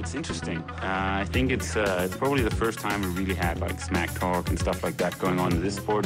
It's interesting. I think it's probably the first time we really had like smack talk and stuff like that going on in this sport.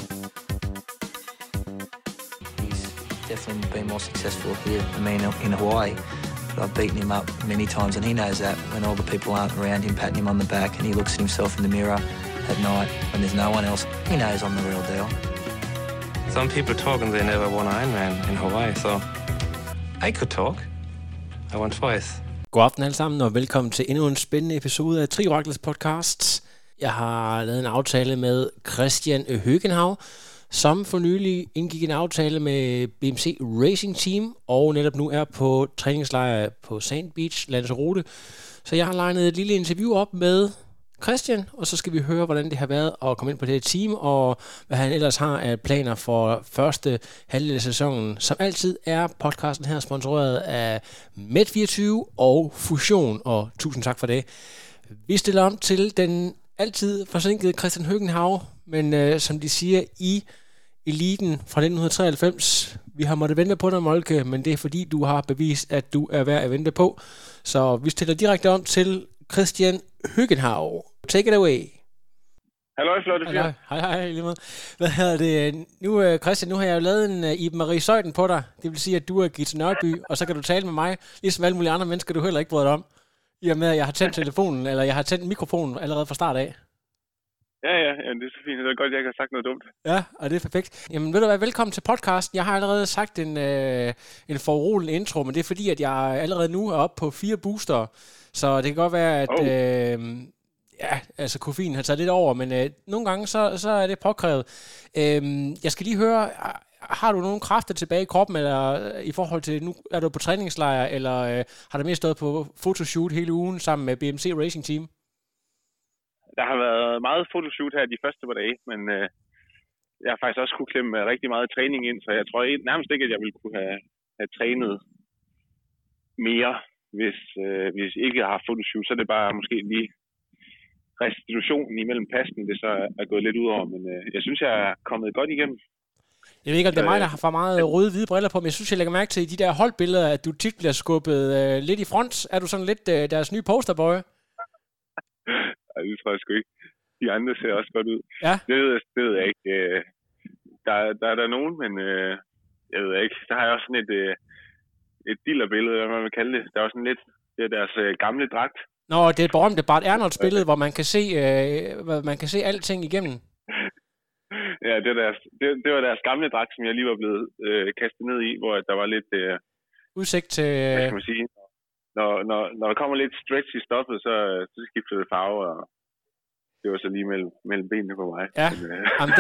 He's definitely been more successful here than me in Hawaii. But I've beaten him up many times, and he knows that when all the people aren't around him patting him on the back and he looks at himself in the mirror at night when there's no one else, he knows I'm the real deal. Some people talk and they never won Ironman in Hawaii, so I could talk. I won twice. God aften alle sammen, og velkommen til endnu en spændende episode af Triorakles podcast. Jeg har lavet en aftale med Christian Høgenhav, som for nylig indgik en aftale med BMC Racing Team, og netop nu er på træningslejr på Sand Beach, Lanzarote. Så jeg har legnet et lille interview op med Christian, og så skal vi høre, hvordan det har været at komme ind på det her team, og hvad han ellers har af planer for første halvdel af sæsonen. Som altid er podcasten her sponsoreret af Med24 og Fusion, og tusind tak for det. Vi stiller om til den altid forsinkede Christian Høgenhav, men som de siger i eliten fra 1993, vi har måttet vente på dig, Molke, men det er fordi, du har bevist, at du er værd at vente på. Så vi stiller direkte om til Christian Høgenhav. Take it away. Hallo, flotte fyr. Hej, lige måde. Hvad hedder det? Nu, Christian, nu har jeg jo lavet en Iben Marie Zeuthen på dig. Det vil sige, at du er Gita Nørby, og så kan du tale med mig, ligesom alle mulige andre mennesker, du heller ikke bryder dig om. I og med, at jeg har tændt telefonen, eller jeg har tændt mikrofonen allerede fra start af. Ja, det er så fint. Det er godt, at jeg ikke har sagt noget dumt. Ja, og det er perfekt. Jamen, ved du hvad, velkommen til podcasten. Jeg har allerede sagt en foruroligende intro, men det er fordi, at jeg allerede nu er oppe på 4 booster. Så det kan godt være, at koffein har taget lidt over, men nogle gange så er det påkrævet. Jeg skal lige høre, har du nogle kræfter tilbage i kroppen, eller i forhold til, nu er du på træningslejr, eller har du mere stået på fotoshoot hele ugen sammen med BMC Racing Team? Der har været meget fotoshoot her de første par dage, men jeg har faktisk også kunne klemme rigtig meget træning ind, så jeg tror nærmest ikke, at jeg ville kunne have trænet mere, hvis ikke jeg har fotoshoot. Så er det bare måske lige restitutionen imellem passen, det så er gået lidt ud over, men jeg synes, jeg er kommet godt igennem. Jeg ved ikke, om det er mig, der har for meget røde-hvide briller på, men jeg synes, jeg lægger mærke til i de der holdbilleder, at du tit bliver skubbet lidt i front. Er du sådan lidt deres nye posterboy? Ej, det tror jeg sgu ikke. De andre ser også godt ud. Ja. Det ved jeg ikke. Der er der nogen, men jeg ved ikke. Der har jeg også sådan et dillerbillede, hvad man vil kalde det. Der er også sådan lidt, det er deres gamle dragt. Nå, det er et berømte Bart Arnolds billede, hvor man kan se alting igennem. Ja, det var deres gamle dragt, som jeg lige var blevet kastet ned i, hvor der var lidt udsigt til... Hvad skal man sige? Når der kommer lidt stretch i stoffet, så skifter det farve, og det var så lige mellem benene på mig. Ja, jamen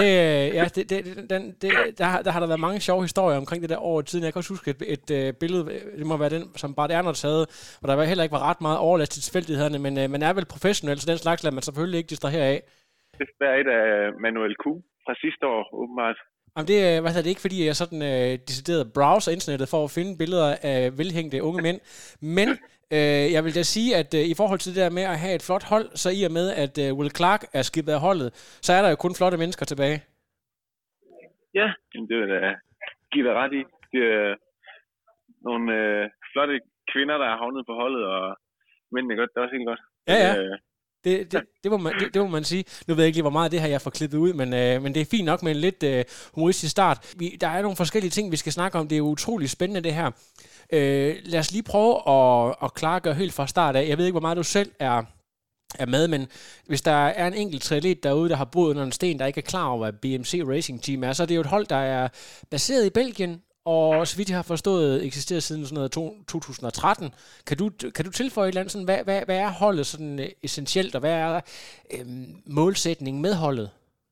der har der været mange sjove historier omkring det der over tiden. Jeg kan også huske et billede, det må være den, som Bart Arnolds havde, hvor der heller ikke var ret meget overlast til tilfældighederne, men man er vel professionel, så den slags lader man selvfølgelig ikke distrahere af. Det er et af Manuel Q fra sidste år, åbenbart. Jamen det er ikke, fordi jeg sådan decideret browser internettet for at finde billeder af velhængte unge mænd, men jeg vil da sige, at i forhold til det der med at have et flot hold, så i og med, at Will Clark er skibet af holdet, så er der jo kun flotte mennesker tilbage. Ja, det vil jeg give dig ret i. Det er nogle flotte kvinder, der er havnet på holdet, og mændene gør det også helt godt. Ja. Det må man sige. Nu ved jeg ikke lige, hvor meget af det her jeg får klippet ud, men det er fint nok med en lidt humoristisk start. Der er nogle forskellige ting, vi skal snakke om. Det er utrolig spændende, det her. Lad os lige prøve at klargøre helt fra start af. Jeg ved ikke, hvor meget du selv er med, men hvis der er en enkelt triatlet derude, der har boet under en sten, der ikke er klar over, hvad BMC Racing Team er, så er det jo et hold, der er baseret i Belgien, og så vidt jeg har forstået, eksisterer siden sådan noget 2013. Kan du tilføje et eller andet sådan, hvad er holdet sådan essentielt, og hvad er målsætningen med holdet?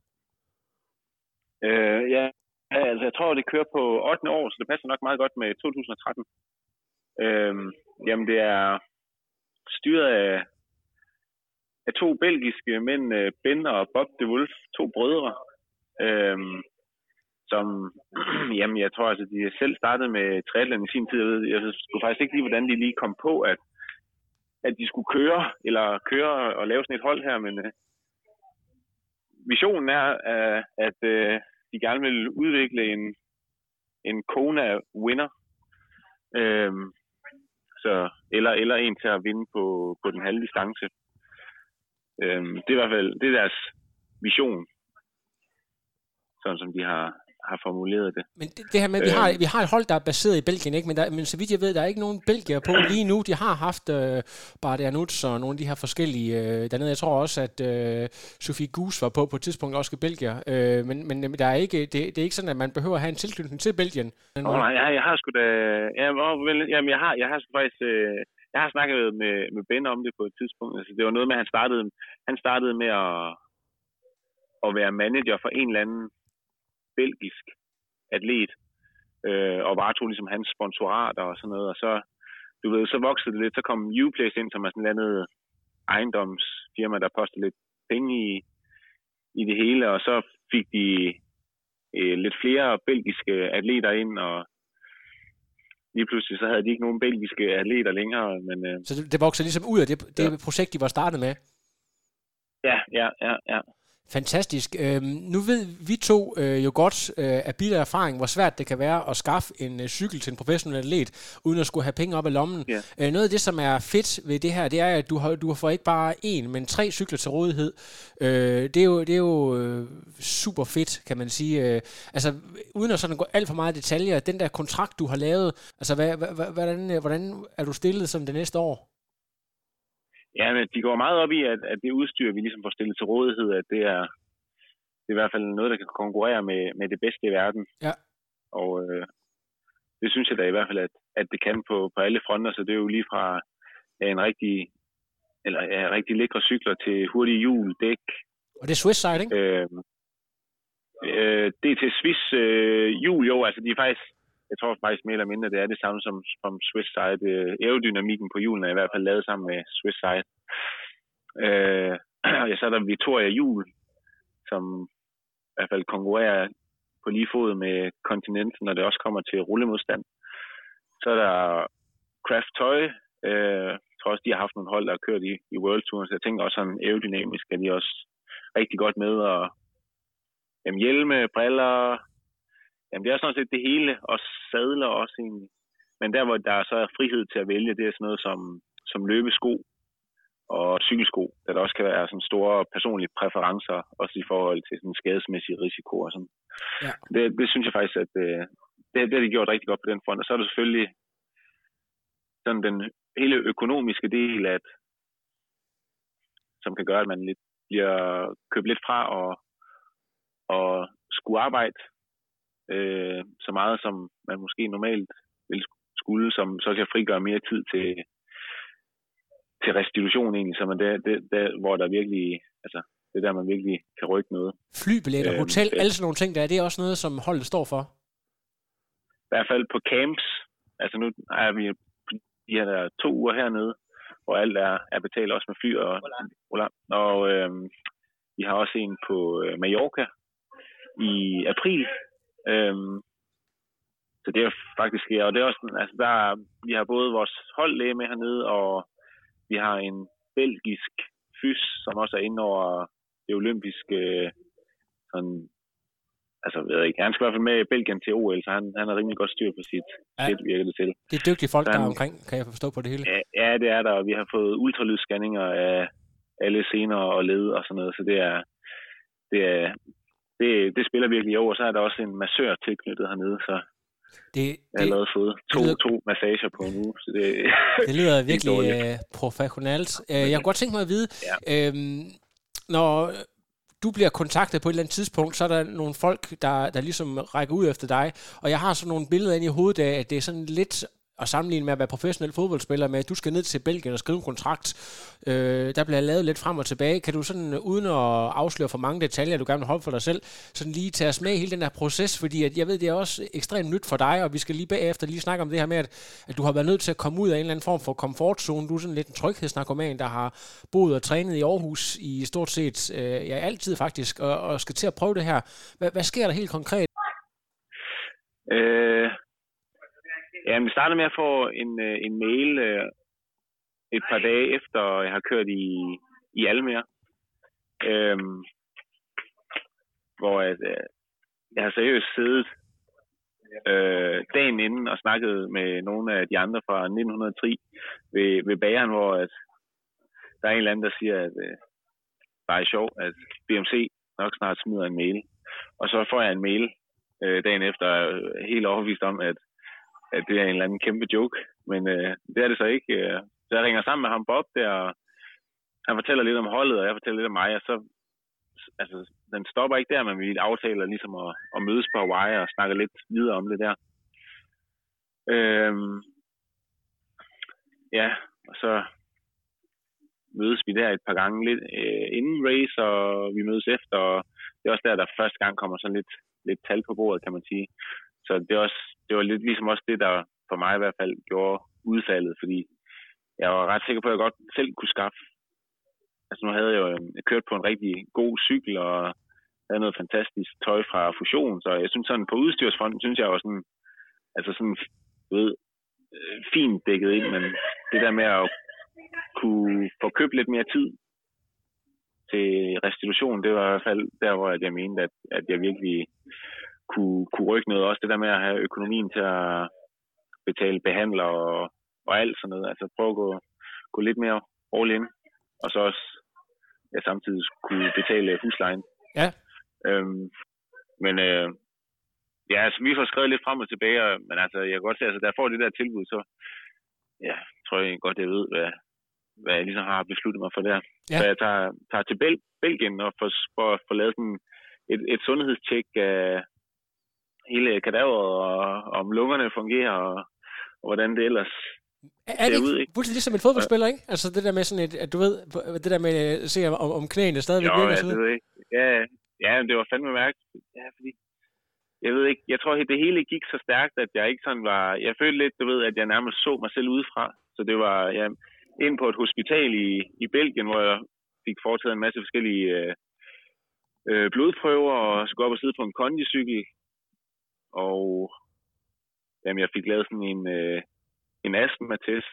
Altså jeg tror, det kører på 8. år, så det passer nok meget godt med 2013. Jamen det er styret af 2 belgiske mænd, Ben og Bob de Wolf, 2 brødre, som, jamen jeg tror altså, de selv startede med triathlon i sin tid. Jeg skulle faktisk ikke lige, hvordan de lige kom på, at de skulle køre og lave sådan et hold her, men visionen er, at de gerne vil udvikle en Kona winner, Så, eller en til at vinde på den halve distance. Det er i hvert fald det er deres vision, sådan som de har formuleret det. Men det her med, vi har et hold, der er baseret i Belgien, ikke? Men så vidt jeg ved, der er ikke nogen belgier på lige nu. De har haft Bart Ernuts og nogle af de her forskellige dernede. Jeg tror også, at Sofie Gus var på et tidspunkt også belgier. Men der er ikke, det er ikke sådan, at man behøver at have en tilknytning til Belgien. Nej, jeg har sgu da... Jeg har sgu faktisk... Jeg har snakket med Ben om det på et tidspunkt. Altså, det var noget med, at han startede med at være manager for en eller anden belgisk atlet, og bare tog ligesom hans sponsorater og sådan noget, og så, du ved, så voksede det lidt, så kom Uplace ind, som er sådan et andet ejendomsfirma, der postede lidt penge i det hele, og så fik de lidt flere belgiske atleter ind, og lige pludselig så havde de ikke nogen belgiske atleter længere, men... Så det voksede ligesom ud af det projekt, de var startet med? Ja. Fantastisk. Nu ved vi to jo godt af bitter erfaring, hvor svært det kan være at skaffe en cykel til en professionel atlet, uden at skulle have penge op af lommen. Yeah. Noget af det, som er fedt ved det her, det er, at du får ikke bare 1, men 3 cykler til rådighed. Det er jo super fedt, kan man sige. Altså, uden at sådan gå alt for meget i detaljer, den der kontrakt, du har lavet, altså, hvordan er du stillet som det næste år? Ja, men de går meget op i, at det udstyr, vi ligesom får stillet til rådighed, at det er i hvert fald noget, der kan konkurrere med det bedste i verden. Ja. Og det synes jeg da i hvert fald, at det kan på alle fronter, så det er jo lige fra rigtig lækre cykler til hurtige hjul, dæk. Og det er Swiss side, ikke? Det er til Swiss hjul, jo, altså de er faktisk... Jeg tror faktisk mere eller mindre, det er det samme som Swiss Side. Aerodynamikken på hjulene er i hvert fald lavet sammen med Swiss Side. Så er der Vittoria hjul, som i hvert fald konkurrerer på lige fod med Continental, når det også kommer til rullemodstand. Så er der Craft Toy. Jeg tror også, de har haft nogle hold, der har kørt i World Tour, så jeg tænker også sådan aerodynamisk, at de også rigtig godt med. Og hjelme, briller... Jamen, det er sådan set det hele, og sadler også egentlig. Men der, hvor der så er frihed til at vælge, det er sådan noget som løbesko og cykelsko, der også kan være sådan store personlige præferencer, også i forhold til sådan skadesmæssige risiko og sådan. Ja. Det synes jeg faktisk, at det har de gjort rigtig godt på den front. Og så er det selvfølgelig sådan den hele økonomiske del, som kan gøre, at man bliver købt lidt fra og skulle arbejde så meget, som man måske normalt ville skulle, som så kan frigøre mere tid til restitution egentlig, så man det hvor der virkelig, altså det er der, man virkelig kan rykke noget. Flybilletter, hotel, alle sådan nogle ting, det er også noget, som holdet står for? I hvert fald på camps, altså nu er vi de her der 2 uger hernede, hvor alt er betalt også med fly og vi har også en på Mallorca i april. Så det er faktisk, og det er også, altså vi har både vores holdlæge med hernede, og vi har en belgisk fys, som også er inde over det olympiske, sådan, altså ved jeg ikke, han skal i hvert fald med i Belgien til OL, så han har rimelig godt styr på sit virker det til. Det er dygtige folk, der er omkring, kan jeg forstå på det hele. Ja, det er der, og vi har fået ultralydsscanninger af alle sener og led og sådan noget, så det spiller virkelig over. Så er der også en massør tilknyttet hernede, så jeg har allerede fået to massager på en uge. Så det lyder virkelig professionelt. Jeg kunne godt tænke mig at vide, når du bliver kontaktet på et eller andet tidspunkt, så er der nogle folk, der ligesom rækker ud efter dig, og jeg har sådan nogle billeder inde i hovedet af, at det er sådan lidt at sammenligne med at være professionel fodboldspiller med, at du skal ned til Belgien og skrive en kontrakt. Der bliver lavet lidt frem og tilbage. Kan du sådan, uden at afsløre for mange detaljer, du gerne vil holde for dig selv, sådan lige tage os med i hele den her proces, fordi at jeg ved, det er også ekstremt nyt for dig, og vi skal lige bagefter lige snakke om det her med, at du har været nødt til at komme ud af en eller anden form for komfortzone. Du er sådan lidt en tryghedsnarkoman, der har boet og trænet i Aarhus i stort set, altid faktisk, og skal til at prøve det her. Hvad sker der helt konkret? Ja, vi startede med at få en mail et par dage efter, jeg har kørt i Almere, hvor jeg har seriøst siddet dagen inden og snakkede med nogle af de andre fra 1903 ved bageren, hvor at der er en eller anden, der siger, at bare er sjovt, at BMC nok snart smider en mail. Og så får jeg en mail dagen efter, helt overbevist om, at det er en eller anden kæmpe joke. Men det er det så ikke. Så jeg ringer sammen med ham Bob der, og han fortæller lidt om holdet, og jeg fortæller lidt om mig, og så altså, den stopper ikke der, men vi aftaler ligesom at mødes på Hawaii og snakke lidt videre om det der. Ja, og så mødes vi der et par gange lidt inden race, og vi mødes efter, og det er også der første gang kommer sådan lidt tal på bordet, kan man sige. Så det var lidt ligesom også det, der for mig i hvert fald gjorde udfaldet, fordi jeg var ret sikker på, at jeg godt selv kunne skaffe. Altså nu havde jeg jo kørt på en rigtig god cykel, og havde noget fantastisk tøj fra Fusion, så jeg synes sådan, på udstyrsfronten, synes jeg jo sådan, altså sådan, du ved, fint dækket ind, men det der med at kunne få købt lidt mere tid til restitution, det var i hvert fald der, hvor jeg mente, at jeg virkelig kunne rykke noget. Også det der med at have økonomien til at betale behandler og alt sådan noget. Altså prøve at gå lidt mere all in, og så også samtidig kunne betale huslejen. Ja. Men altså, vi får skrevet lidt frem og tilbage, men altså, jeg kan godt se, altså, der får det der tilbud, så ja, tror jeg godt, jeg ved, hvad jeg ligesom har besluttet mig for der. Ja. Så jeg tager til Belgien og får lavet sådan et sundhedstjek af hele kadaveret, og om lungerne fungerer, og hvordan det ellers er det ikke fuldstændig ligesom en fodboldspiller, ikke? Altså det der med sådan at du ved, det der med at se om knæene stadigvæk virker. Jo, det ved jeg ikke. Ja, det var fandme mærkeligt. Ja, fordi jeg ved ikke, jeg tror, at det hele gik så stærkt, at jeg ikke sådan var, jeg følte lidt, du ved, at jeg nærmest så mig selv udefra. Så det var, ind på et hospital i Belgien, hvor jeg fik foretaget en masse forskellige blodprøver, og skulle op og sidde på en kondicykel. Og jeg fik lavet sådan en astma-test.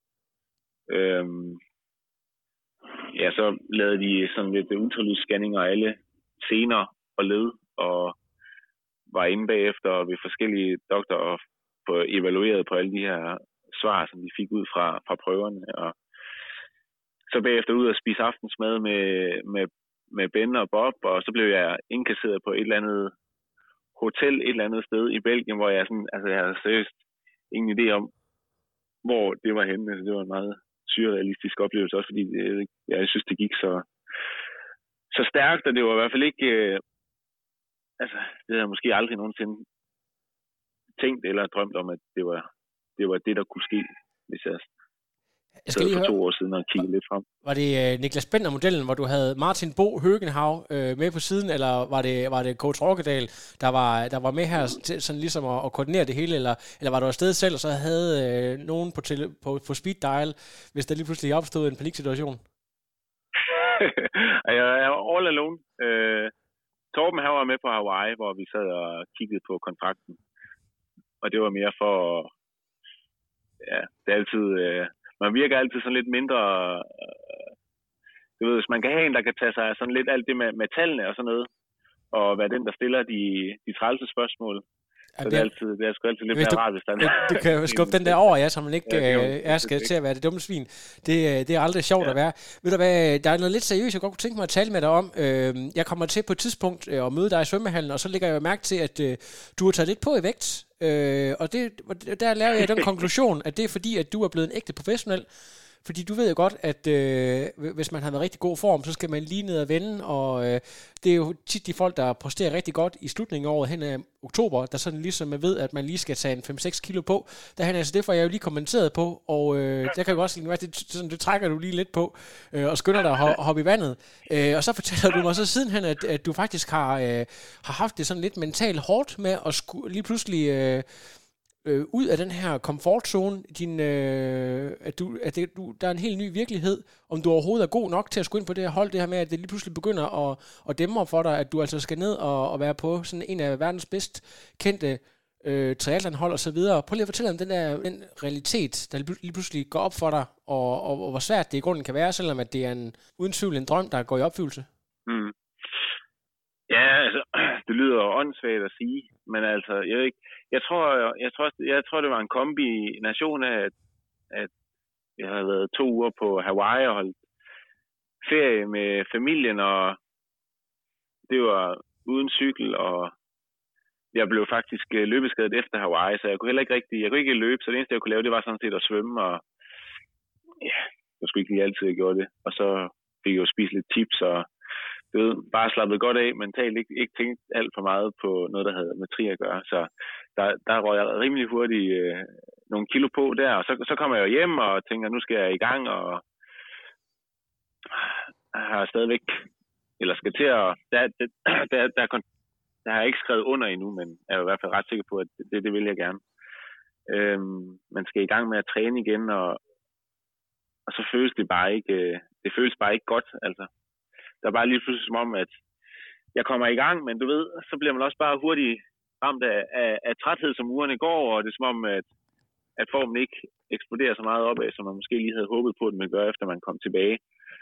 Så lavede de sådan lidt ultralydsscanninger af alle sener og led, og var inde bagefter ved forskellige doktorer og evalueret på alle de her svar, som de fik ud fra prøverne. Og så bagefter ud og spise aftensmad med Ben og Bob, og så blev jeg indkasseret på et eller andet hotel et eller andet sted i Belgien, hvor jeg sådan, altså jeg havde seriøst ingen idé om, hvor det var henne. Altså, det var en meget surrealistisk oplevelse, også fordi jeg synes, det gik så stærkt, og det var i hvert fald ikke, altså det havde jeg måske aldrig nogensinde tænkt eller drømt om, at det var det, der kunne ske, hvis jeg sad for 2 år siden og kiggede lidt frem. Var det Niklas Bender-modellen, hvor du havde Martin Bo Høgenhav med på siden, eller var det Coach Rokkedal, der var med her til, sådan ligesom at koordinere det hele, eller var du afsted selv, og så havde nogen på speed dial, hvis der lige pludselig opstod en paniksituation? Jeg var all alone. Torben her var med på Hawaii, hvor vi sad og kiggede på kontrakten. Og det var mere for, det er altid, man virker altid sådan lidt mindre, du ved, hvis man kan have en, der kan tage sig sådan lidt alt det med tallene og sådan noget, og være den, der stiller de trælse spørgsmål. Så det er sgu altid lidt mere rart, hvis der du kan skubbe den der over, så man ikke skal til at være det dumme svin. Det er aldrig sjovt at være. Ved du hvad, der er noget lidt seriøst, jeg godt kunne tænke mig at tale med dig om. Jeg kommer til på et tidspunkt at møde dig i svømmehallen, og så lægger jeg mærke til, at du har taget lidt på i vægt. Og der laver jeg den konklusion, at det er fordi, at du er blevet en ægte professionel. Fordi du ved jo godt, at hvis man har været rigtig god form, så skal man lige ned og vende, og det er jo tit de folk, der præsterer rigtig godt i slutningen af året hen af oktober, der sådan ligesom man ved, at man lige skal tage en 5-6 kilo på. Altså det får jeg jo lige kommenteret på, og der kan jo også være, det trækker du lige lidt på, og skynder dig at hoppe i vandet. Og så fortæller du mig så sidenhen, at du faktisk har haft det sådan lidt mentalt hårdt med at lige pludselig ud af den her komfortzone, der er en helt ny virkelighed, om du overhovedet er god nok til at skulle ind på det her hold, det her med, at det lige pludselig begynder at dæmme for dig, at du altså skal ned og være på sådan en af verdens bedst kendte triathlonhold og så videre. Prøv lige at fortælle om den realitet, der lige pludselig går op for dig, og hvor svært det i grunden kan være, selvom at det er uden tvivl en drøm, der går i opfyldelse. Ja, altså, det det lyder åndssvagt at sige, men altså, jeg ved ikke, jeg tror det var en kombination af, at jeg havde været 2 uger på Hawaii og holdt ferie med familien, og det var uden cykel, og jeg blev faktisk løbeskadet efter Hawaii, så jeg kunne ikke løbe, så det eneste, jeg kunne lave, det var sådan set at svømme, og ja, jeg skulle ikke lige altid have gjort det. Og så fik jeg jo spist lidt chips, og du ved, bare slappet godt af, mentalt ikke tænkt alt for meget på noget, der havde med tri at gøre. Så der røg jeg rimelig hurtigt nogle kilo på der, og så kommer jeg jo hjem og tænker, nu skal jeg i gang, og jeg har stadigvæk, eller skal til at, der har jeg ikke skrevet under endnu, men jeg er i hvert fald ret sikker på, at det vil jeg gerne. Man skal i gang med at træne igen, og så føles det bare ikke godt, altså. Der er bare lige pludselig som om, at jeg kommer i gang, men du ved, så bliver man også bare hurtigt ramt af træthed, som ugerne går, og det er som om, at formen ikke eksploderer så meget opad, som man måske lige havde håbet på, at man gør, efter man kom tilbage.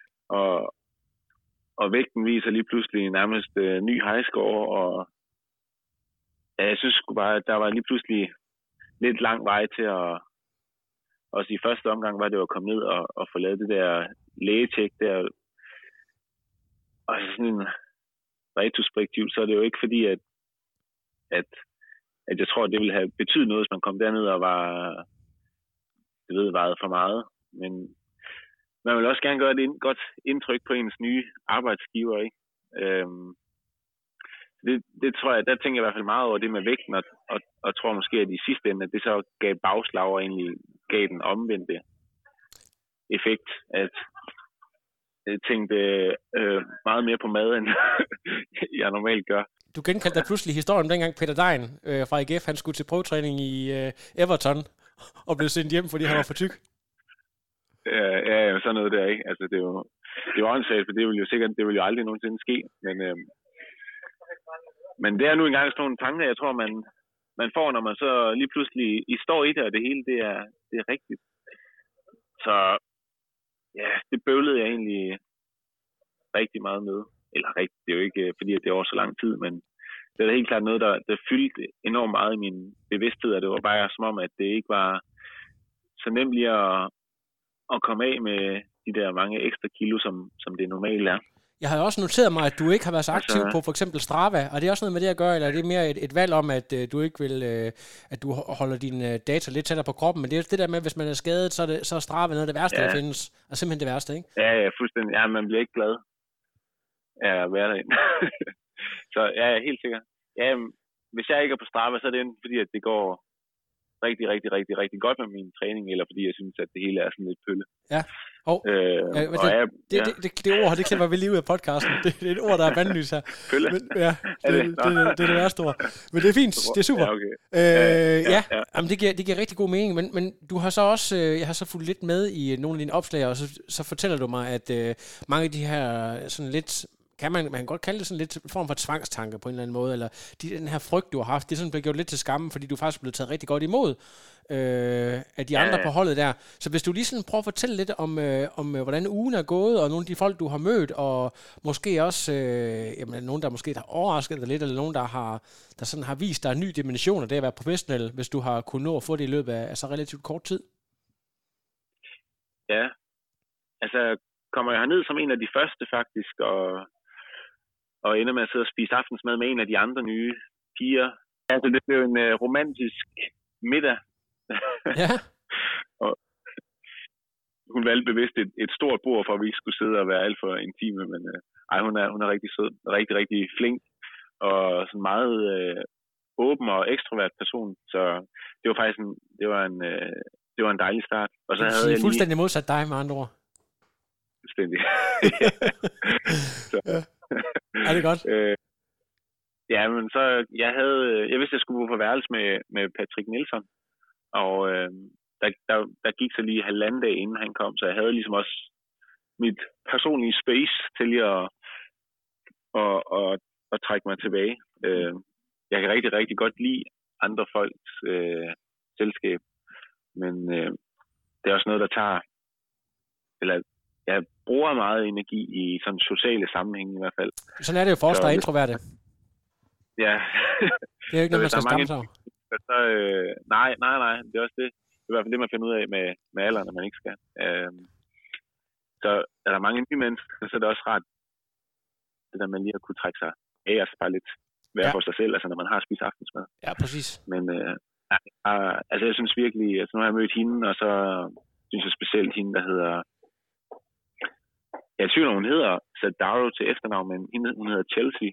Og vægten viser lige pludselig nærmest ny highscore, og ja, jeg synes sgu bare, at der var lige pludselig lidt lang vej til at, også i første omgang var det jo at komme ned og få lavet det der lægetjek der. Og sådan en retrospektiv, så er det jo ikke fordi, at jeg tror, at det ville have betydet noget, hvis man kom derned og vejede for meget. Men man vil også gerne gøre et godt indtryk på ens nye arbejdsgiver, ikke? Det tror jeg, der tænker jeg i hvert fald meget over det med vægten, og tror måske, at i sidste ende, at det så gav bagslag og egentlig gav den omvendte effekt, at jeg tænkte meget mere på mad, end jeg normalt gør. Du genkaldte da pludselig historien dengang Peter Dein fra AGF, han skulle til prøvetræning i Everton og blev sendt hjem, fordi han var for tyk. Ja, sådan noget der, ikke? Altså, det er jo åndssvagt, for det vil jo aldrig nogensinde ske, men det er nu engang sådan nogle tanker, jeg tror, man får, når man så lige pludselig står i det, og det hele, det er rigtigt. Så ja, det bøvlede jeg egentlig rigtig meget med. Eller rigtigt, det er jo ikke, fordi det er over så lang tid, men det er helt klart noget, der fyldte enormt meget i min bevidsthed, og det var bare som om, at det ikke var så nemt lige at komme af med de der mange ekstra kilo, som det normalt er. Jeg har også noteret mig, at du ikke har været så aktiv på for eksempel Strava, og det er også noget med det at gøre, eller er det mere et valg om, at du ikke vil, at du holder dine data lidt tættere på kroppen, men det er det der med, hvis man er skadet, så er Strava noget af det værste, der findes, og simpelthen det værste, ikke? Ja, fuldstændig. Ja, man bliver ikke glad af at være derinde. Så ja, helt sikkert. Ja, hvis jeg ikke er på Strava, så er det enten fordi, at det går rigtig, rigtig, rigtig, rigtig godt med min træning, eller fordi jeg synes, at det hele er sådan lidt pølle. Ja. Det ord, det klipper vi lige ud af podcasten. Det er et ord, der er bandlyst her. Pølle? Men, ja, det er det værste ord. Men det er fint, det er super. Ja, okay. Jamen, det giver rigtig god mening, men du har så også, jeg har så fulgt lidt med i nogle af dine opslag, og så fortæller du mig, at mange af de her sådan lidt, man kan godt kalde det sådan lidt form for tvangstanker på en eller anden måde, eller den her frygt, du har haft, det er sådan blevet gjort lidt til skamme, fordi du faktisk er blevet taget rigtig godt imod af de andre på holdet der. Så hvis du lige sådan prøver at fortælle lidt om hvordan ugen er gået, og nogle af de folk, du har mødt, og måske også nogen, der måske har overrasket dig lidt, eller nogen, der sådan har vist dig en ny dimension af det at være professionel, hvis du har kunnet nå at få det i løbet af så relativt kort tid. Ja, altså kommer jeg herned som en af de første faktisk, og ender med at sidde og spise aftensmad med en af de andre nye piger. Altså, det blev en romantisk middag. Ja. Og hun valgte bevidst et stort bord, for at vi ikke skulle sidde og være alt for intime, men hun er rigtig sød, rigtig, rigtig flink, og sådan meget åben og ekstrovert person, så det var faktisk det var en dejlig start. Og så havde jeg fuldstændig modsat dig, med andre ord. Fuldstændig. Så. Ja. Er det godt? Ja, men så jeg vidste, at jeg skulle bo på værelse med Patrick Nielsen, og der gik så lige 1,5 dag inden han kom, så jeg havde ligesom også mit personlige space til lige at trække mig tilbage. Jeg kan rigtig, rigtig godt lide andre folks selskab, men det er også noget, der tager, eller jeg bruger meget energi i sådan sociale sammenhænge i hvert fald. Sådan er det jo for os, der er introverte. Ja. Det er jo ikke noget, man skal skamme sig over. Nej, det er også det. Det er i hvert fald det, man finder ud af med alderen, når man ikke skal. Så er der mange nye mennesker, så er det også rart, det der med lige at kunne trække sig af, altså bare lidt være for sig selv, altså når man har spist aftensmad. Ja, præcis. Men altså jeg synes virkelig, altså nu har jeg mødt hende, og så synes jeg specielt hende, der hedder, jeg tvivler, hun hedder Sadaro til efternavn, men hun hedder Chelsea.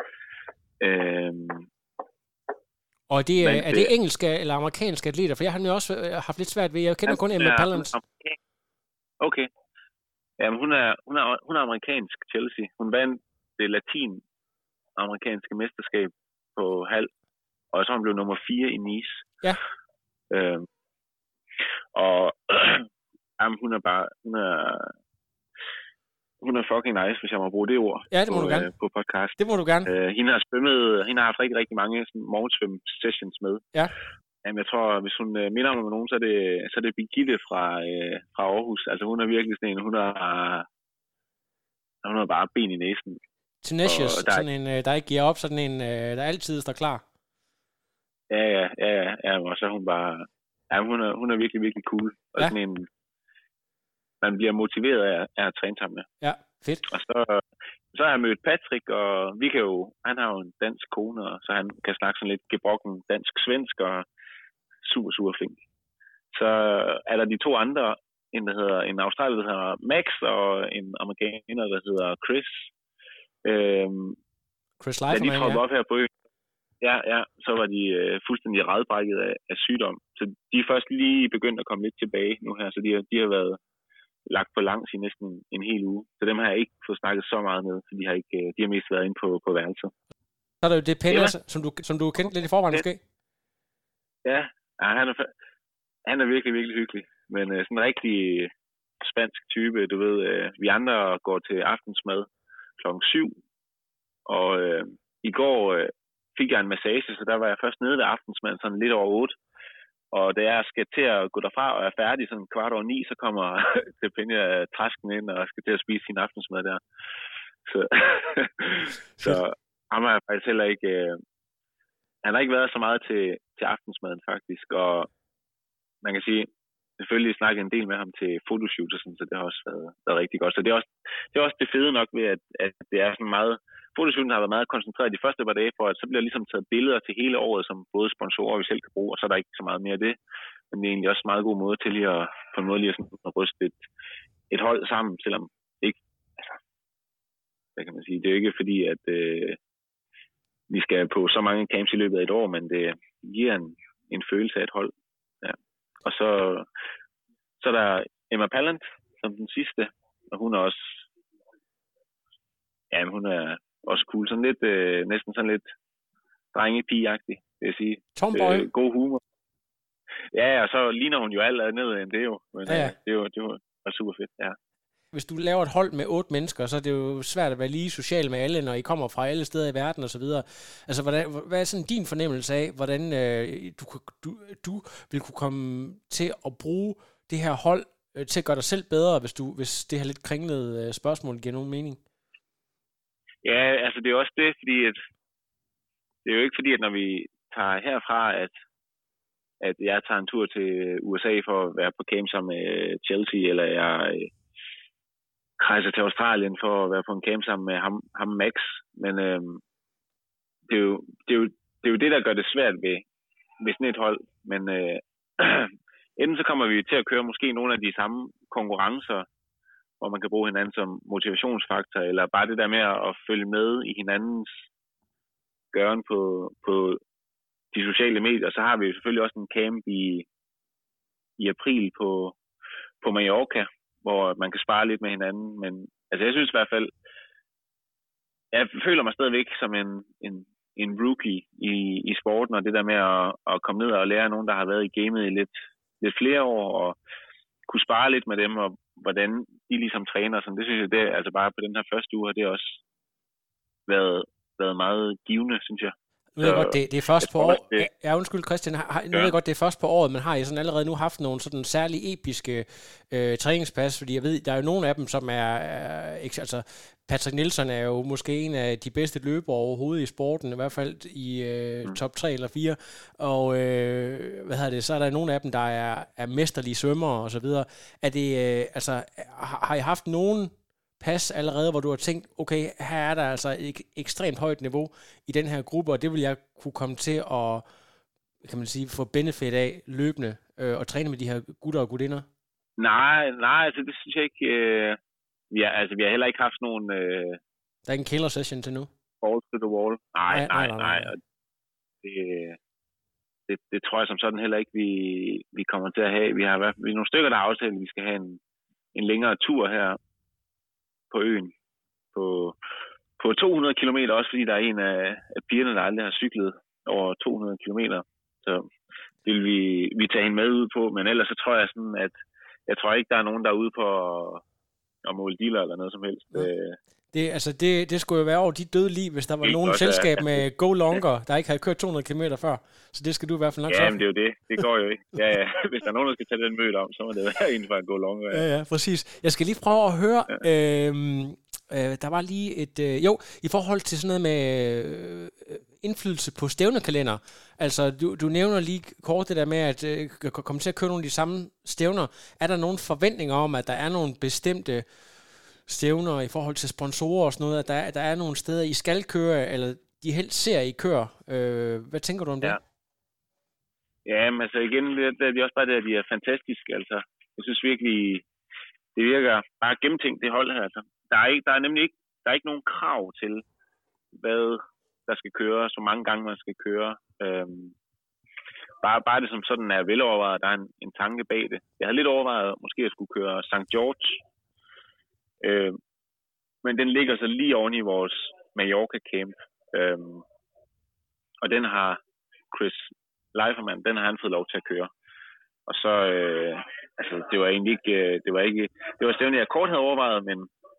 Og er det engelske eller amerikanske atleter? For jeg har jo også haft lidt svært ved, jeg kender kun Emma Pallant. Okay. Jamen, hun er amerikansk, Chelsea. Hun vandt det latin-amerikanske mesterskab på halv, og så hun blev nummer 4 i Nice. Ja. Og jamen, hun er fucking nice, hvis jeg må bruge det ord. Ja, det må du gerne. På podcast. Det må du gerne. Hende har haft rigtig, rigtig mange morgensvøm-sessions med. Ja. Jamen, jeg tror, hvis hun minder om nogen, så er det Birgitte fra Aarhus. Altså, hun er virkelig sådan en, hun har bare ben i næsen. Tenacious, sådan en, der ikke giver op, sådan en, der altid står klar. Ja, og så er hun bare, ja, hun er virkelig, virkelig cool. Og sådan en, man bliver motiveret af at træne sammen med. Ja, fedt. Og så har jeg mødt Patrick, og han har jo en dansk kone, og så han kan snakke sådan lidt gebrokken dansk-svensk, og super, super flink. Så er der de to andre, en australier, der hedder Max, og en amerikaner, der hedder Chris. Chris Leiferman, da de troppede op her på øen, ja, så var de fuldstændig rædbrækket af sygdom. Så de er først lige begyndt at komme lidt tilbage nu her, så de har været lagt på langs i næsten en hel uge. Så dem har jeg ikke fået snakket så meget med, for de har mest været inde på værelset. Så er der jo det Pelle, som du kendte lidt i forvejen måske? Ja, han er virkelig, virkelig hyggelig. Men sådan en rigtig spansk type, du ved. Vi andre går til aftensmad 7:00. Og i går fik jeg en massage, så der var jeg først nede ved aftensmaden, sådan lidt over 8. Og da jeg skal til at gå derfra og er færdig sådan 9:15, så kommer Tepenya Trasken ind og skal til at spise sin aftensmad der. Så ham har jeg faktisk heller ikke... han har ikke været så meget til aftensmaden faktisk, og man kan sige, selvfølgelig snakke en del med ham til fotoshoot og sådan, så det har også været rigtig godt. Så det er også det fede nok ved, at det er sådan meget... Fotoshooten har været meget koncentreret de første par dage, for at så bliver ligesom taget billeder til hele året, som både sponsorer vi selv kan bruge, og så er der ikke så meget mere af det. Men det er egentlig også en meget god måde til lige at, på en måde lige at ryste et hold sammen, selvom ikke, altså, hvad kan man sige, det er jo ikke fordi, at vi skal på så mange camps i løbet af et år, men det giver en følelse af et hold. Ja. Og så er der Emma Pallant som den sidste, og hun er også, ja, hun er også cool. Sådan lidt, næsten sådan lidt drenge-pige-agtig, vil jeg sige. Tomboy. God humor. Ja, og så ligner hun jo alt andet end det jo. Men ja. Det var super fedt, ja. Hvis du laver et hold med 8 mennesker, så er det jo svært at være lige social med alle, når I kommer fra alle steder i verden og så videre. Altså, hvad er sådan din fornemmelse af, hvordan du vil kunne komme til at bruge det her hold til at gøre dig selv bedre, hvis det her lidt kringlede spørgsmål giver nogen mening? Ja, altså det er også det, fordi det er jo ikke fordi, at når vi tager herfra, at jeg tager en tur til USA for at være på camp sammen med Chelsea, eller jeg rejser til Australien for at være på en camp sammen med ham Max. Men det er jo det, der gør det svært ved sådan et hold. Men enten så kommer vi til at køre måske nogle af de samme konkurrencer, hvor man kan bruge hinanden som motivationsfaktor, eller bare det der med at følge med i hinandens gøren på de sociale medier. Så har vi selvfølgelig også en camp i april på Mallorca, hvor man kan spare lidt med hinanden. Men altså, jeg synes i hvert fald, jeg føler mig stadigvæk som en rookie i sporten, og det der med at komme ned og lære nogen, der har været i gamet i lidt flere år, og kunne spare lidt med dem, og hvordan de ligesom træner. Sådan. Det synes jeg, det altså bare på den her første uge, har det også været meget givende, synes jeg. Nu ved jeg godt, det er først på året. Ja, undskyld Christian. Nu ved jeg godt, det er først på året, men har I sådan allerede nu haft nogle sådan særlig episke træningspas? Fordi jeg ved, der er jo nogle af dem, som er altså Patrick Nielsen er jo måske en af de bedste løbere overhovedet i sporten, i hvert fald i top 3 eller 4. Og så er der nogle af dem, der er mesterlige svømmere og så videre. Er det har I haft nogen pas allerede, hvor du har tænkt, okay, her er der altså et ekstremt højt niveau i den her gruppe, og det vil jeg kunne komme til at, kan man sige, få benefit af løbende og træne med de her gutter og gutinder? Nej, altså det synes jeg ikke. Vi har heller ikke haft nogen... Der er ikke en killer session til nu? Balls to the wall. Nej. Det tror jeg som sådan heller ikke, vi kommer til at have. Vi er nogle stykker, der har aftalt, at vi skal have en længere tur her på øen på 200 kilometer, også fordi der er en af pigerne, der aldrig har cyklet over 200 kilometer. Så det vil vi tage hende med ud på, men ellers så tror jeg sådan, at jeg tror ikke, der er nogen, der er ude på at måle dealer eller noget som helst. Det skulle jo være over dit døde liv, hvis der var nogen selskab med Go Longer, der ikke havde kørt 200 km før. Så det skal du i hvert fald nok men det er jo det. Det går jo ikke. Ja. Hvis der er nogen, der skal tage den møde om, så må det være inden for at Go Longer. Ja, præcis. Jeg skal lige prøve at høre... der var lige et... i forhold til sådan noget med indflydelse på stævnekalender. Altså, du nævner lige kort det der med, at komme til at køre nogle af de samme stævner. Er der nogle forventninger om, at der er nogle bestemte stævner i forhold til sponsorer og sådan noget, at der er nogle steder, I skal køre, eller de helst ser, I kører? Hvad tænker du om det? Ja, men altså igen, det er også bare det, at de er fantastiske. Altså, jeg synes virkelig, det virker bare gennemtænkt, det hold her. Altså. Der er nemlig ikke nogen krav til, hvad der skal køre, så mange gange man skal køre. Bare det som sådan er velovervejet, der er en tanke bag det. Jeg havde lidt overvejet, måske at skulle køre St. George, men den ligger så lige oven i vores Mallorca camp, og den har Chris Leiferman, den har han fået lov til at køre. Og så, det var egentlig ikke, det var stævnet, jeg kort havde overvejet, men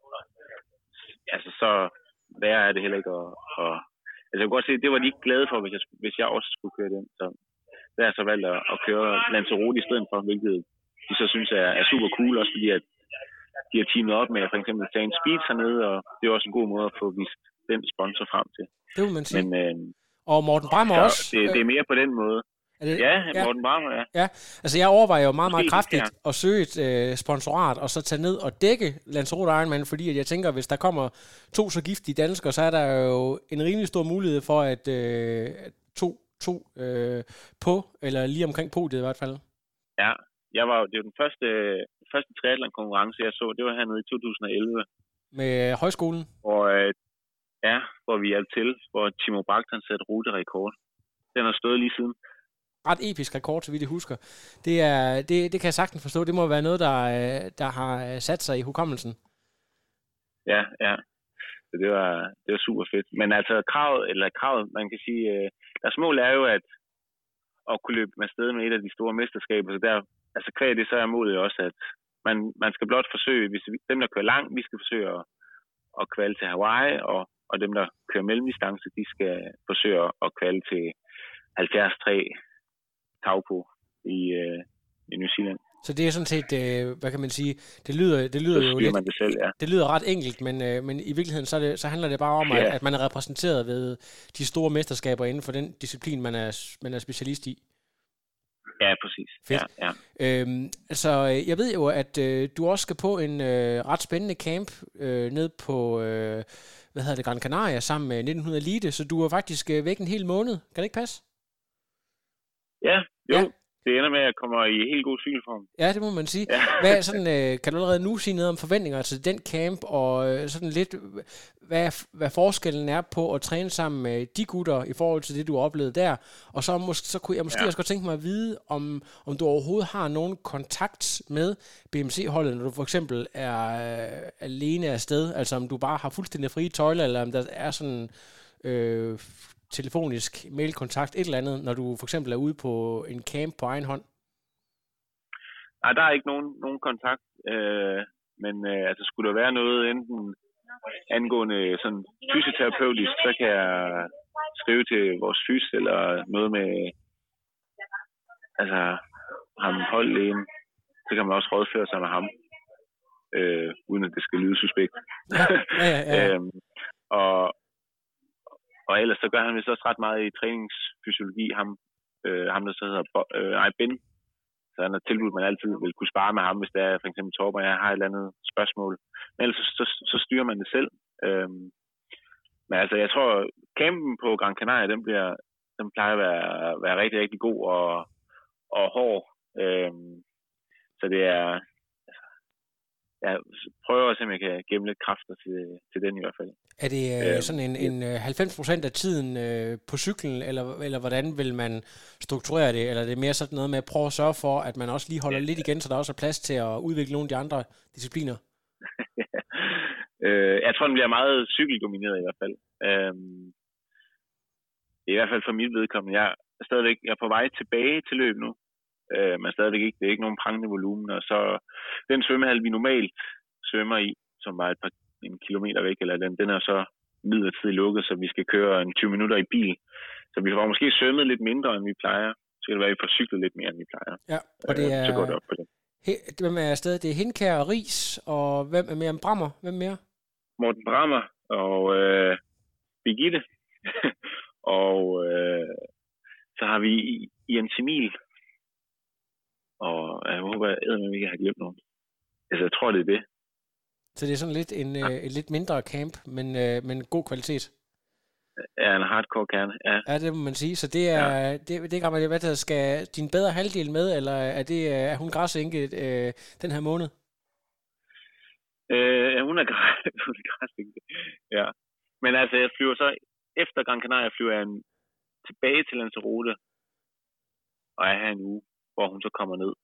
altså så værre er det heller ikke. Altså jeg kunne godt se, det var de ikke glade for, hvis jeg også skulle køre den. Så der har jeg så valgt at køre Lanzarote i stedet for, hvilket de så synes er super cool, også fordi at de har teamet op med for eksempel Stan Speed hernede, og det er også en god måde at få vist den sponsor frem til. Det vil man sige. Men, og Morten Brammer også. Det er mere på den måde. Ja, Morten Brammer, ja. Ja, altså jeg overvejer jo meget, meget kraftigt at søge et sponsorat, og så tage ned og dække Lanzarote Ironman, fordi at jeg tænker, hvis der kommer 2 så giftige danskere, så er der jo en rimelig stor mulighed for, at to på, eller lige omkring podiet i hvert fald. Ja, det var den første triathlon-konkurrence, jeg så, det var hernede i 2011. Med højskolen? Hvor vi hjalp til, hvor Timo Bragton satte ruterekord. Den har stået lige siden. Ret episk rekord, så vidt jeg husker. Det kan jeg sagtens forstå. Det må være noget, der har sat sig i hukommelsen. Ja. Så det var super fedt. Men altså kravet, man kan sige, deres mål er jo at kunne løbe med afsted med et af de store mesterskaber. Så der, altså kvæg det, så er målet også, at man skal blot forsøge, hvis dem, der kører langt, vi skal forsøge at kvalde til Hawaii, og dem, der kører mellemdistance, de skal forsøge at kvalde til 73 Taupo i New Zealand. Så det er sådan set, hvad kan man sige, det lyder jo lidt, det selv, ja. Det lyder ret enkelt, men i virkeligheden så handler det bare om, at man er repræsenteret ved de store mesterskaber inden for den disciplin, man er specialist i. Ja, præcis. Fedt. Ja. Altså, jeg ved jo, at du også skal på en ret spændende camp ned på, Gran Canaria sammen med 1900 Elite, så du er faktisk væk en hel måned. Kan det ikke passe? Ja, jo. Ja. Det ender med, at jeg kommer i helt god cykelform. Ja, det må man sige. Ja. Hvad sådan, kan du allerede nu sige noget om forventninger til den camp, og sådan lidt, hvad forskellen er på at træne sammen med de gutter i forhold til det, du har oplevet der? Og så kunne jeg måske også godt tænke mig at vide, om du overhovedet har nogen kontakt med BMC-holdet, når du for eksempel er alene afsted, altså om du bare har fuldstændig frie tøjler, eller om der er sådan telefonisk mailkontakt, et eller andet, når du for eksempel er ude på en camp på egen hånd? Nej, der er ikke nogen kontakt, men altså skulle der være noget enten angående sådan fysioterapeutisk, så kan jeg skrive til vores fys, eller noget med ham holdlægen, så kan man også rådføre sig med ham, uden at det skal lyde suspekt. Ja. Og ellers så gør han vist også ret meget i træningsfysiologi, ham der så hedder Ben. Så han har tilbudt, at man altid vil kunne spare med ham, hvis der er for eksempel Torben, og jeg har et eller andet spørgsmål. Men ellers så styrer man det selv. Men altså, jeg tror, campen på Gran Canaria, den plejer at være rigtig, rigtig god og hård. Så det er... Jeg prøver at se, om jeg kan gemme lidt kræfter til den i hvert fald. Er det sådan en 90% af tiden på cyklen, eller hvordan vil man strukturere det? Eller er det mere sådan noget med at prøve at sørge for, at man også lige holder lidt igen, så der også er plads til at udvikle nogle af de andre discipliner? Jeg tror, den bliver meget cykeldomineret i hvert fald. I hvert fald for mit vedkommende. Jeg er på vej tilbage til løb nu. Men stadigvæk ikke. Det er ikke nogen prangende volumen. Og så den svømmehal, vi normalt svømmer i, som var en kilometer væk, eller den er så midlertidigt lukket, så vi skal køre 20 minutter i bil. Så vi får måske svømmet lidt mindre, end vi plejer. Så kan det være, at vi får cyklet lidt mere, end vi plejer. Ja, og det er... Så går det op på det. Hvem er afsted? Det er Hindkjær og Riis, og hvem er mere? Brammer? Hvem mere? Morten Brammer og Birgitte. Og så har vi Jens Emil. Og jeg håber, at vi ikke har glemt nogen. Altså, jeg tror, det er det. Så det er sådan lidt en lidt mindre camp, men god kvalitet? Ja, en hardcore kerne, ja. Ja, det må man sige. Så det er, det kan man, hvad skal din bedre halvdel med, eller er hun græsænke den her måned? Ja, hun er græsænke, ja. Men altså, jeg flyver så, efter Gran Canaria flyver jeg tilbage til Lanzarote, og er her en uge, hvor hun så kommer ned.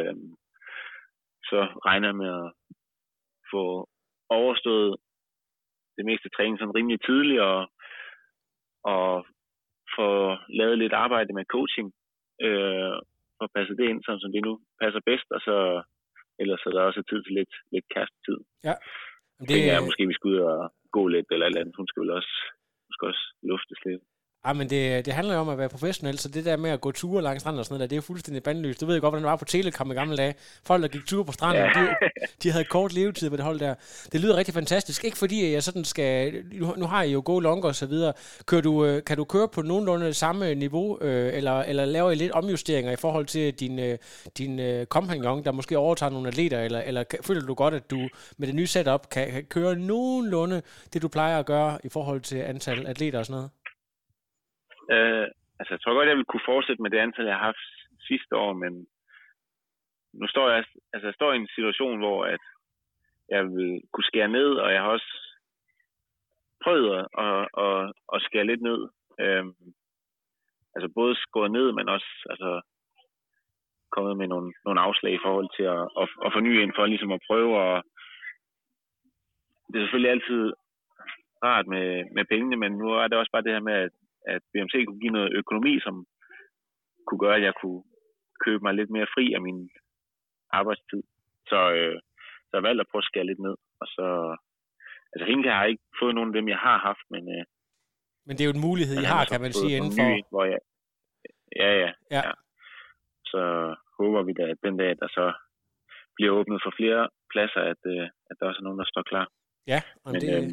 Så regner jeg med at få overstået det meste træning sådan rimelig tidligt, og få lavet lidt arbejde med coaching, og passe det ind, sådan som det nu passer bedst, og så ellers er der også tid til lidt kastetid. Ja. Det er måske, vi skal ud og gå lidt, eller andet. Hun skal også luftes lidt. Ja, men det handler jo om at være professionel, så det der med at gå ture langs stranden og sådan noget der, det er jo fuldstændig bandløst. Du ved jo godt, hvordan det var på Telekom i gamle dage. Folk, der gik ture på stranden, de havde kort levetid på det hold der. Det lyder rigtig fantastisk. Ikke fordi jeg sådan skal... Nu har I jo go long og så videre. Kan du køre på nogenlunde samme niveau, eller laver I lidt omjusteringer i forhold til din kompagnon, der måske overtager nogle atleter, eller føler du godt, at du med det nye setup kan køre nogenlunde det, du plejer at gøre i forhold til antal atleter og sådan noget? Altså, jeg tror godt, jeg vil kunne fortsætte med det antal, jeg har haft sidste år, men nu står jeg står i en situation, hvor at jeg vil kunne skære ned, og jeg har også prøvet at skære lidt ned. Altså både skåret ned, men også kommet med nogle afslag i forhold til at forny ind for ligesom at prøve. Og det er selvfølgelig altid rart med pengene, men nu er det også bare det her med, at BMC kunne give noget økonomi, som kunne gøre, at jeg kunne købe mig lidt mere fri af min arbejdstid. Så jeg valgte at prøve at skære lidt ned. Og så, altså hende har jeg ikke fået nogen af dem, jeg har haft, men det er jo en mulighed, I har, kan man sige, indenfor. Hvor jeg, ja. Så håber vi da, at den dag, der så bliver åbnet for flere pladser, at der også er nogen, der står klar. Ja, og men,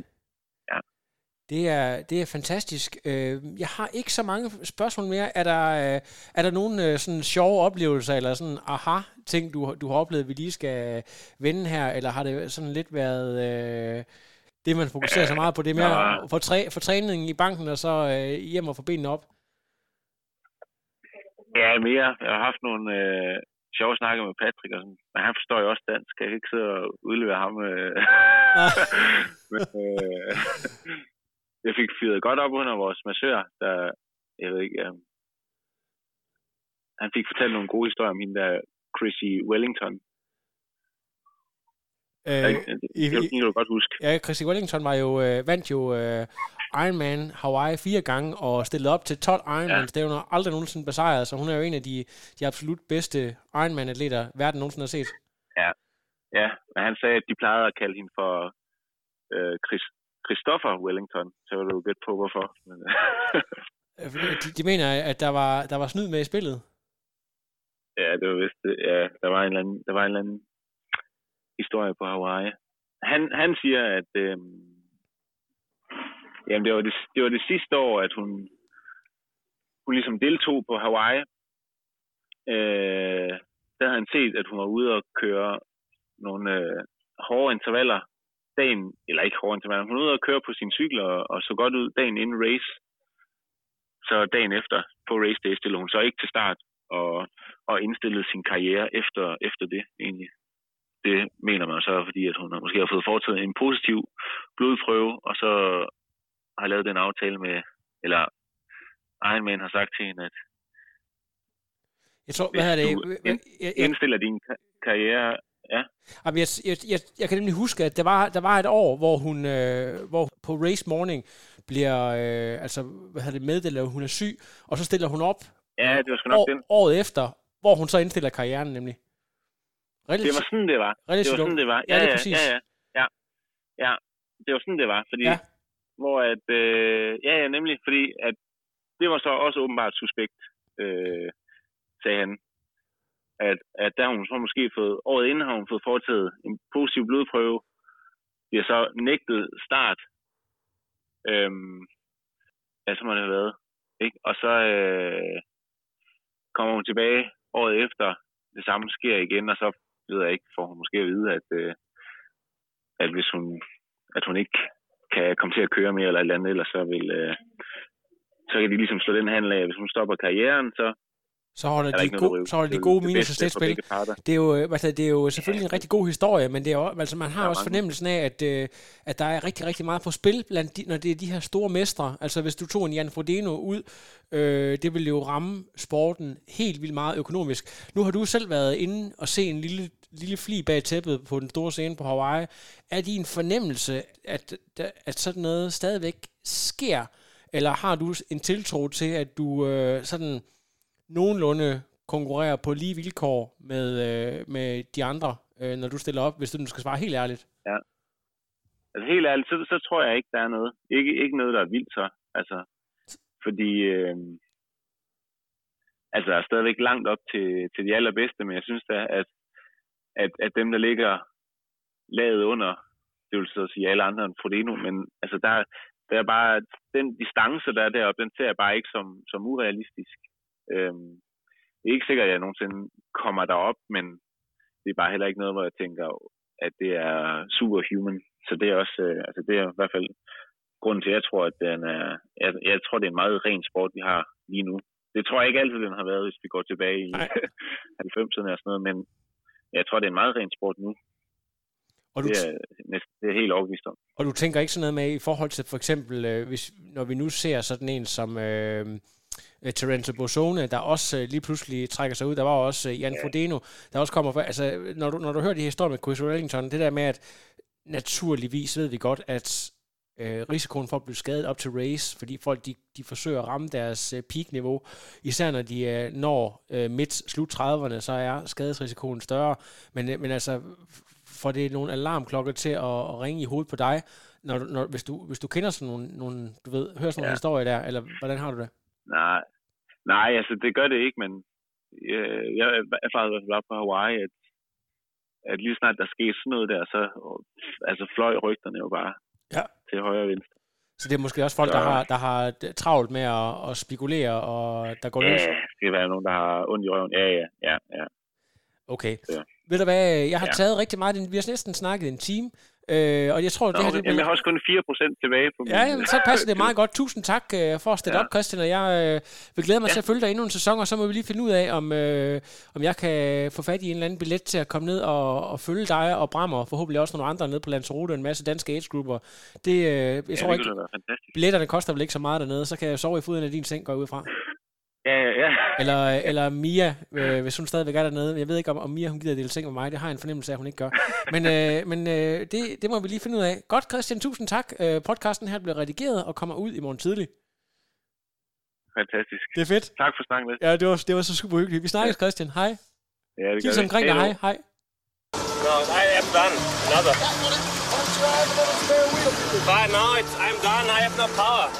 Det er fantastisk. Jeg har ikke så mange spørgsmål mere. Er der nogle sådan sjove oplevelser, eller sådan aha-ting, du har oplevet, vi lige skal vende her, eller har det sådan lidt været det, man fokuserer så meget på, det er mere for træningen i banken, og så hjem og få benene op? Ja, mere. Jeg har haft nogle sjove snakker med Patrick, og sådan. Men han forstår jo også dansk. Jeg kan ikke sidde og udlevere ham. Men, jeg fik fyret godt op under vores massør, der, jeg ved ikke, han fik fortalt nogle gode historier om hende der Chrissy Wellington. Det kan du godt huske. Ja, Chrissy Wellington vandt jo Ironman Hawaii 4 gange og stillede op til 12 Ironman-stævner, aldrig nogensinde besejret, så hun er jo en af de absolut bedste Ironman-atleter, verden nogensinde har set. Ja, men han sagde, at de plejede at kalde hende for Christopher Wellington, så var du gætte på, hvorfor. Men, de mener, at der var snyd med i spillet? Ja, det var vist det. Ja, der var en eller anden historie på Hawaii. Han siger, at jamen det var det sidste år, at hun ligesom deltog på Hawaii. Der havde han set, at hun var ude og køre nogle hårde intervaller dagen, eller ikke hårde intervaller, hun var ude og køre på sin cykel og så godt ud dagen inden race. Så dagen efter på race day stillede hun så ikke til start og indstillede sin karriere efter det egentlig. Det mener man så, fordi at hun måske har fået foretaget en positiv blodprøve, og så har lavet den aftale med, eller Ironman har sagt til hende, at jeg tror, hvad er det? Indstiller din karriere, ja. Jeg kan nemlig huske, at der var et år, hvor hun hvor på race morning bliver meddelt, at hun er syg, og så stiller hun op. Ja, det var sgu nok den. Året efter, hvor hun så indstiller karrieren nemlig. Det var sådan, det var. Ja, det er præcis. Ja, det var sådan, det var, fordi hvor at nemlig, fordi at det var så også åbenbart suspekt, sagde han, at der hun så måske fået, året inden har hun fået foretaget en positiv blodprøve, de har så nægtet start, så må det have været, ikke? Og så kommer hun tilbage året efter, det samme sker igen, og så ved jeg ikke, får hun måske at vide, at hvis hun ikke kan komme til at køre mere eller et eller andet, ellers så kan de ligesom slå den handel af, hvis hun stopper karrieren, så holder de gode minus og spil. Det er jo selvfølgelig en rigtig god historie, men det er også, altså man har også fornemmelsen af, at der er rigtig, rigtig meget på spil, når det er de her store mestre. Altså hvis du tog en Jan Frodeno ud, det ville jo ramme sporten helt vildt meget økonomisk. Nu har du selv været inde og se en lille fli bag tæppet på den store scene på Hawaii. Er det en fornemmelse, at sådan noget stadigvæk sker, eller har du en tiltro til, at du sådan nogenlunde konkurrerer på lige vilkår med de andre, når du stiller op, hvis du skal svare helt ærligt? Ja. Altså helt ærligt, så tror jeg ikke, der er noget. Ikke noget, der er vildt så. Altså, fordi der er stadigvæk langt op til de allerbedste, men jeg synes da, at dem, der ligger laget under, det vil så sige alle andre end Frodeno, men altså der er bare den distance, der er deroppe, den ser jeg bare ikke som urealistisk. Det er ikke sikkert, at jeg nogensinde kommer derop, men det er bare heller ikke noget, hvor jeg tænker, at det er superhuman. Så det er også, det er i hvert fald grunden til, at jeg tror, at jeg tror, det er en meget ren sport, vi har lige nu. Det tror jeg ikke altid, den har været, hvis vi går tilbage i 90'erne og sådan noget, men jeg tror, det er en meget ren sport nu. Og det er helt overbevist om. Og du tænker ikke sådan noget med i forhold til for eksempel, når vi nu ser sådan en som Terenzo Bossone, der også lige pludselig trækker sig ud. Der var også Jan Frodeno, der også kommer. Altså, når du hører de historier med Chris Wellington, det der med, at naturligvis ved vi godt, at risikoen for at blive skadet op til race, fordi folk de forsøger at ramme deres peak-niveau, især når de når midt slut 30'erne, så er skadesrisikoen større. Men altså, får det nogle alarmklokker til at ringe i hovedet på dig, hvis du kender sådan nogle du ved, hører sådan nogle historier der, eller hvordan har du det? Nej, altså det gør det ikke, men jeg erfarede bare på Hawaii, at lige snart der sker sådan noget der, så altså fløj rygterne jo bare til højre og venstre. Så det er måske også folk, der har travlt med at spekulere, og der går løs? Ja, det kan være nogen, der har ondt i røven. Ja. Okay. Ja. Ved du hvad, jeg har taget rigtig meget, vi har næsten snakket en time, og jeg tror, jeg har også kun 4% tilbage på min. Jamen, så passer det meget godt. Tusind tak for at stille op, Christian, og jeg vil glæde mig til at følge dig endnu en sæson, og så må vi lige finde ud af, om jeg kan få fat i en eller anden billet til at komme ned og følge dig og Brammer, og forhåbentlig også nogle andre nede på Lanzarote, en masse danske age-grupper. Jeg tror ikke, billetterne koster vel ikke så meget dernede, så kan jeg sove i foden af din seng, går jeg ud fra. Ja. Eller Mia, hvis hun stadigvæk er dernede. Jeg ved ikke, om Mia hun gider dele seng med mig. Det har jeg en fornemmelse af, at hun ikke gør. Men det må vi lige finde ud af. Godt, Christian, tusind tak. Podcasten her bliver redigeret og kommer ud i morgen tidlig. Fantastisk. Det er fedt. Tak for snakken. Ja, det var så super hyggeligt. Vi snakkes, Christian. Hej. Ja, det gør vi. Omkring dig. Hej. No, I am done. Another. But now I'm done. I have no power.